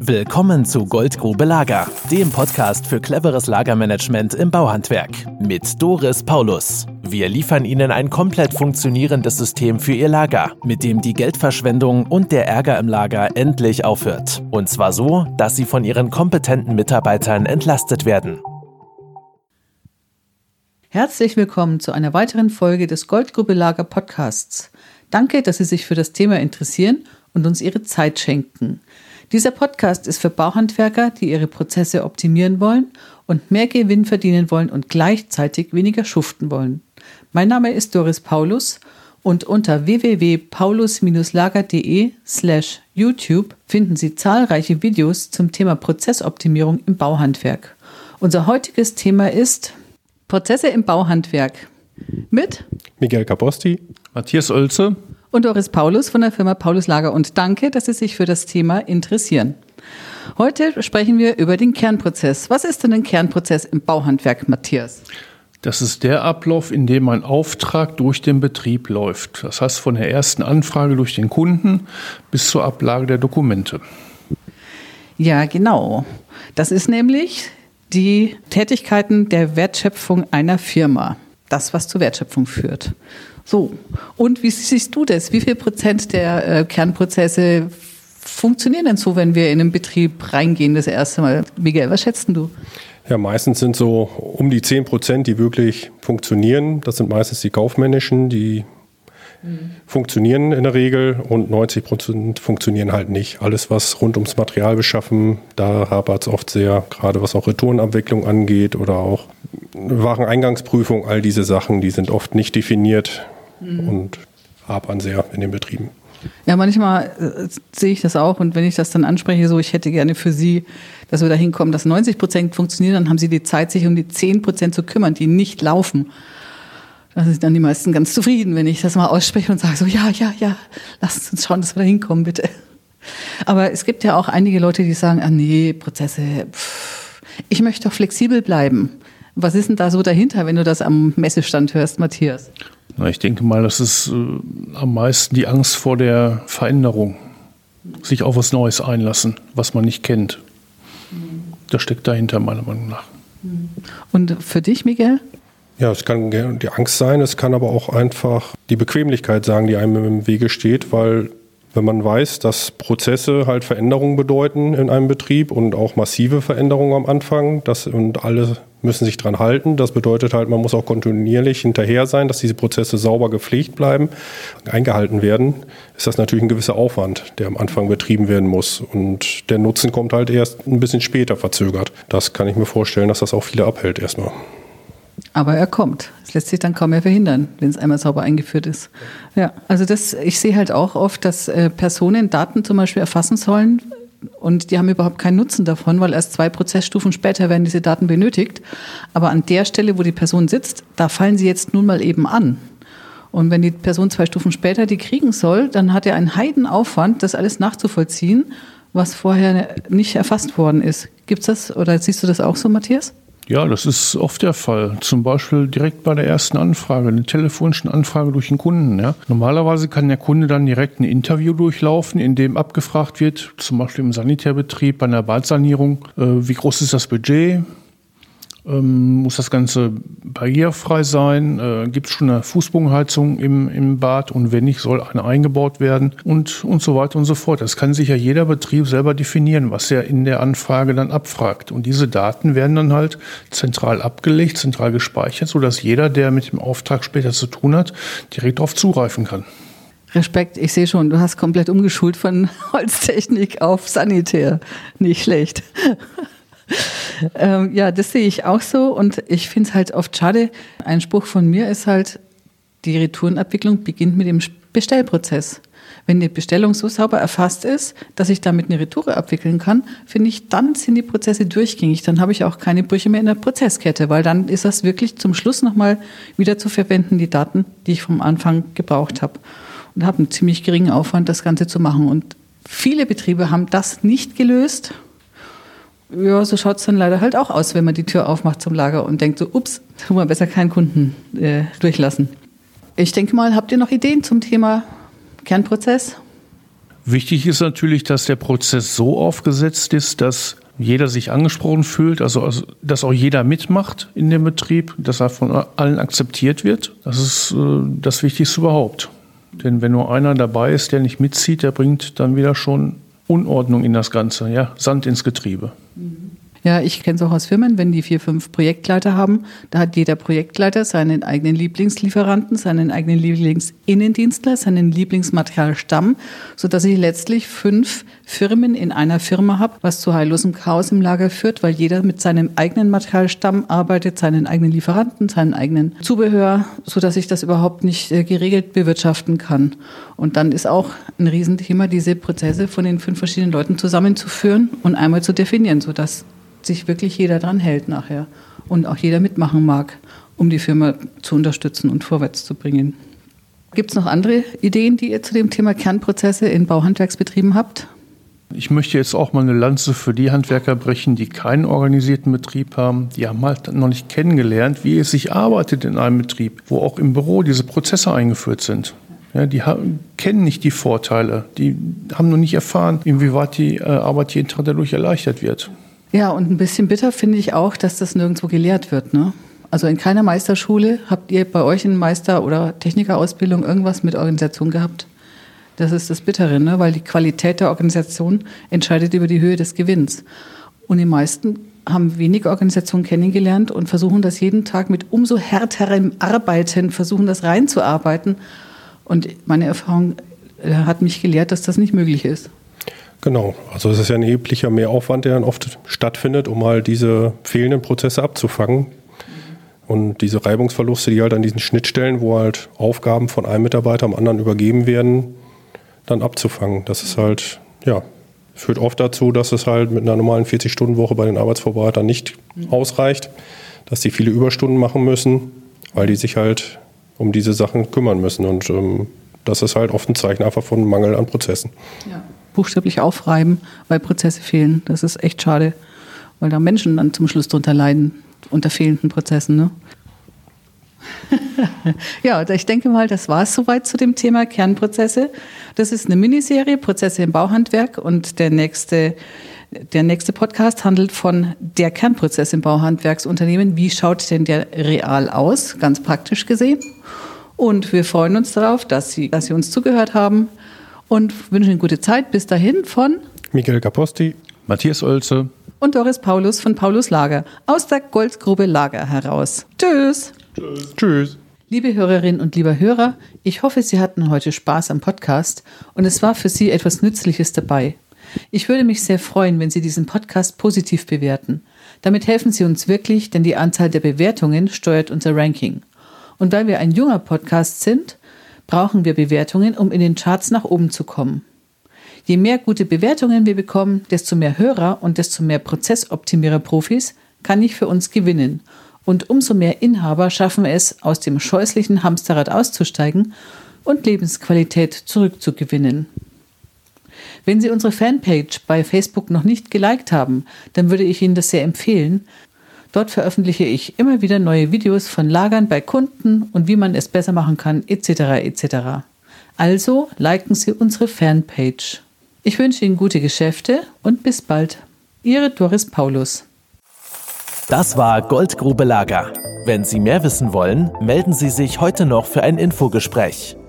Willkommen zu Goldgrube Lager, dem Podcast für cleveres Lagermanagement im Bauhandwerk mit Doris Paulus. Wir liefern Ihnen ein komplett funktionierendes System für Ihr Lager, mit dem die Geldverschwendung und der Ärger im Lager endlich aufhört. Und zwar so, dass Sie von Ihren kompetenten Mitarbeitern entlastet werden. Herzlich willkommen zu einer weiteren Folge des Goldgrube Lager Podcasts. Danke, dass Sie sich für das Thema interessieren und uns Ihre Zeit schenken. Dieser Podcast ist für Bauhandwerker, die ihre Prozesse optimieren wollen und mehr Gewinn verdienen wollen und gleichzeitig weniger schuften wollen. Mein Name ist Doris Paulus und unter www.paulus-lager.de/YouTube finden Sie zahlreiche Videos zum Thema Prozessoptimierung im Bauhandwerk. Unser heutiges Thema ist Prozesse im Bauhandwerk mit Miguel Caposti, Matthias Oelze und Doris Paulus von der Firma Paulus Lager, und danke, dass Sie sich für das Thema interessieren. Heute sprechen wir über den Kernprozess. Was ist denn ein Kernprozess im Bauhandwerk, Matthias? Das ist der Ablauf, in dem ein Auftrag durch den Betrieb läuft. Das heißt, von der ersten Anfrage durch den Kunden bis zur Ablage der Dokumente. Ja, genau. Das ist nämlich die Tätigkeiten der Wertschöpfung einer Firma. Das, was zur Wertschöpfung führt. So, und wie siehst du das? Wie viel Prozent der Kernprozesse funktionieren denn so, wenn wir in einen Betrieb reingehen das erste Mal? Miguel, was schätzt du? Ja, meistens sind so um die 10%, die wirklich funktionieren. Das sind meistens die kaufmännischen, die funktionieren in der Regel, und 90% funktionieren halt nicht. Alles, was rund ums Material beschaffen, da hapert es oft sehr, gerade was auch Retourenabwicklung angeht oder auch Wareneingangsprüfung, all diese Sachen, die sind oft nicht definiert und hapern sehr in den Betrieben. Ja, manchmal sehe ich das auch, und wenn ich das dann anspreche, so, ich hätte gerne für Sie, dass wir da hinkommen, dass 90% funktionieren, dann haben Sie die Zeit, sich um die 10% zu kümmern, die nicht laufen. Da sind dann die meisten ganz zufrieden, wenn ich das mal ausspreche und sage so, ja, lasst uns schauen, dass wir da hinkommen, bitte. Aber es gibt ja auch einige Leute, die sagen, nee, Prozesse, ich möchte doch flexibel bleiben. Was ist denn da so dahinter, wenn du das am Messestand hörst, Matthias? Na, ich denke mal, das ist am meisten die Angst vor der Veränderung. Sich auf was Neues einlassen, was man nicht kennt. Das steckt dahinter, meiner Meinung nach. Und für dich, Miguel? Ja, es kann die Angst sein, es kann aber auch einfach die Bequemlichkeit sagen, die einem im Wege steht, weil wenn man weiß, dass Prozesse halt Veränderungen bedeuten in einem Betrieb und auch massive Veränderungen am Anfang, und alle müssen sich dran halten. Das bedeutet halt, man muss auch kontinuierlich hinterher sein, dass diese Prozesse sauber gepflegt bleiben, eingehalten werden. Ist das natürlich ein gewisser Aufwand, der am Anfang betrieben werden muss. Und der Nutzen kommt halt erst ein bisschen später verzögert. Das kann ich mir vorstellen, dass das auch viele abhält erstmal. Aber er kommt. Es lässt sich dann kaum mehr verhindern, wenn es einmal sauber eingeführt ist. Ja, also ich sehe halt auch oft, dass Personen Daten zum Beispiel erfassen sollen, und die haben überhaupt keinen Nutzen davon, weil erst 2 Prozessstufen später werden diese Daten benötigt. Aber an der Stelle, wo die Person sitzt, da fallen sie jetzt nun mal eben an. Und wenn die Person 2 Stufen später die kriegen soll, dann hat er einen Heidenaufwand, das alles nachzuvollziehen, was vorher nicht erfasst worden ist. Gibt's das, oder siehst du das auch so, Matthias? Ja, das ist oft der Fall. Zum Beispiel direkt bei der ersten Anfrage, eine telefonische Anfrage durch den Kunden. Ja. Normalerweise kann der Kunde dann direkt ein Interview durchlaufen, in dem abgefragt wird, zum Beispiel im Sanitärbetrieb, bei einer Badsanierung, wie groß ist das Budget? Muss das Ganze barrierefrei sein? Gibt es schon eine Fußbodenheizung im Bad? Und wenn nicht, soll eine eingebaut werden? Und so weiter und so fort. Das kann sich ja jeder Betrieb selber definieren, was er in der Anfrage dann abfragt. Und diese Daten werden dann halt zentral abgelegt, zentral gespeichert, sodass jeder, der mit dem Auftrag später zu tun hat, direkt darauf zugreifen kann. Respekt, ich sehe schon, du hast komplett umgeschult von Holztechnik auf Sanitär. Nicht schlecht. Ja, das sehe ich auch so, und ich finde es halt oft schade. Ein Spruch von mir ist halt, die Retourenabwicklung beginnt mit dem Bestellprozess. Wenn die Bestellung so sauber erfasst ist, dass ich damit eine Retoure abwickeln kann, finde ich, dann sind die Prozesse durchgängig. Dann habe ich auch keine Brüche mehr in der Prozesskette, weil dann ist das wirklich zum Schluss nochmal wieder zu verwenden, die Daten, die ich vom Anfang gebraucht habe. Und habe einen ziemlich geringen Aufwand, das Ganze zu machen. Und viele Betriebe haben das nicht gelöst. Ja, so schaut es dann leider halt auch aus, wenn man die Tür aufmacht zum Lager und denkt so, ups, tun wir besser keinen Kunden durchlassen. Ich denke mal, habt ihr noch Ideen zum Thema Kernprozess? Wichtig ist natürlich, dass der Prozess so aufgesetzt ist, dass jeder sich angesprochen fühlt, also dass auch jeder mitmacht in dem Betrieb, dass er von allen akzeptiert wird. Das ist das Wichtigste überhaupt. Denn wenn nur einer dabei ist, der nicht mitzieht, der bringt dann wieder schon Unordnung in das Ganze, ja, Sand ins Getriebe. Ja, ich kenne es auch aus Firmen, wenn die 4, 5 Projektleiter haben, da hat jeder Projektleiter seinen eigenen Lieblingslieferanten, seinen eigenen Lieblingsinnendienstler, seinen Lieblingsmaterialstamm, sodass ich letztlich 5 Firmen in einer Firma habe, was zu heillosem Chaos im Lager führt, weil jeder mit seinem eigenen Materialstamm arbeitet, seinen eigenen Lieferanten, seinen eigenen Zubehör, sodass ich das überhaupt nicht geregelt bewirtschaften kann. Und dann ist auch ein Riesenthema, diese Prozesse von den 5 verschiedenen Leuten zusammenzuführen und einmal zu definieren, sodass sich wirklich jeder dran hält nachher und auch jeder mitmachen mag, um die Firma zu unterstützen und vorwärts zu bringen. Gibt es noch andere Ideen, die ihr zu dem Thema Kernprozesse in Bauhandwerksbetrieben habt? Ich möchte jetzt auch mal eine Lanze für die Handwerker brechen, die keinen organisierten Betrieb haben. Die haben halt noch nicht kennengelernt, wie es sich arbeitet in einem Betrieb, wo auch im Büro diese Prozesse eingeführt sind. Ja, die kennen nicht die Vorteile, die haben noch nicht erfahren, inwieweit die Arbeit jeden Tag dadurch erleichtert wird. Ja, und ein bisschen bitter finde ich auch, dass das nirgendwo gelehrt wird, ne? Also in keiner Meisterschule habt ihr bei euch in Meister- oder Technikerausbildung irgendwas mit Organisation gehabt. Das ist das Bittere, ne? Weil die Qualität der Organisation entscheidet über die Höhe des Gewinns. Und die meisten haben wenig Organisation kennengelernt und versuchen das jeden Tag mit umso härterem Arbeiten, versuchen das reinzuarbeiten. Und meine Erfahrung hat mich gelehrt, dass das nicht möglich ist. Genau, also es ist ja ein erheblicher Mehraufwand, der dann oft stattfindet, um halt diese fehlenden Prozesse abzufangen. Und diese Reibungsverluste, die halt an diesen Schnittstellen, wo halt Aufgaben von einem Mitarbeiter am anderen übergeben werden, dann abzufangen. Das ist halt, ja, führt oft dazu, dass es halt mit einer normalen 40-Stunden-Woche bei den Arbeitsvorbereitern nicht ausreicht, dass die viele Überstunden machen müssen, weil die sich halt um diese Sachen kümmern müssen. Und das ist halt oft ein Zeichen einfach von Mangel an Prozessen. Ja. Buchstäblich aufreiben, weil Prozesse fehlen. Das ist echt schade, weil da Menschen dann zum Schluss drunter leiden, unter fehlenden Prozessen. Ne? Ja, ich denke mal, das war es soweit zu dem Thema Kernprozesse. Das ist eine Miniserie, Prozesse im Bauhandwerk, und der nächste Podcast handelt von der Kernprozess im Bauhandwerksunternehmen. Wie schaut denn der real aus, ganz praktisch gesehen? Und wir freuen uns darauf, dass Sie uns zugehört haben. Und wünschen Ihnen gute Zeit. Bis dahin von Michael Caposti, Matthias Oelze und Doris Paulus von Paulus Lager aus der Goldgrube Lager heraus. Tschüss. Tschüss. Liebe Hörerinnen und lieber Hörer, ich hoffe, Sie hatten heute Spaß am Podcast und es war für Sie etwas Nützliches dabei. Ich würde mich sehr freuen, wenn Sie diesen Podcast positiv bewerten. Damit helfen Sie uns wirklich, denn die Anzahl der Bewertungen steuert unser Ranking. Und weil wir ein junger Podcast sind, brauchen wir Bewertungen, um in den Charts nach oben zu kommen. Je mehr gute Bewertungen wir bekommen, desto mehr Hörer und desto mehr Prozessoptimierer-Profis kann ich für uns gewinnen. Und umso mehr Inhaber schaffen es, aus dem scheußlichen Hamsterrad auszusteigen und Lebensqualität zurückzugewinnen. Wenn Sie unsere Fanpage bei Facebook noch nicht geliked haben, dann würde ich Ihnen das sehr empfehlen. Dort veröffentliche ich immer wieder neue Videos von Lagern bei Kunden und wie man es besser machen kann, etc. etc. Also liken Sie unsere Fanpage. Ich wünsche Ihnen gute Geschäfte und bis bald. Ihre Doris Paulus. Das war Goldgrube Lager. Wenn Sie mehr wissen wollen, melden Sie sich heute noch für ein Infogespräch.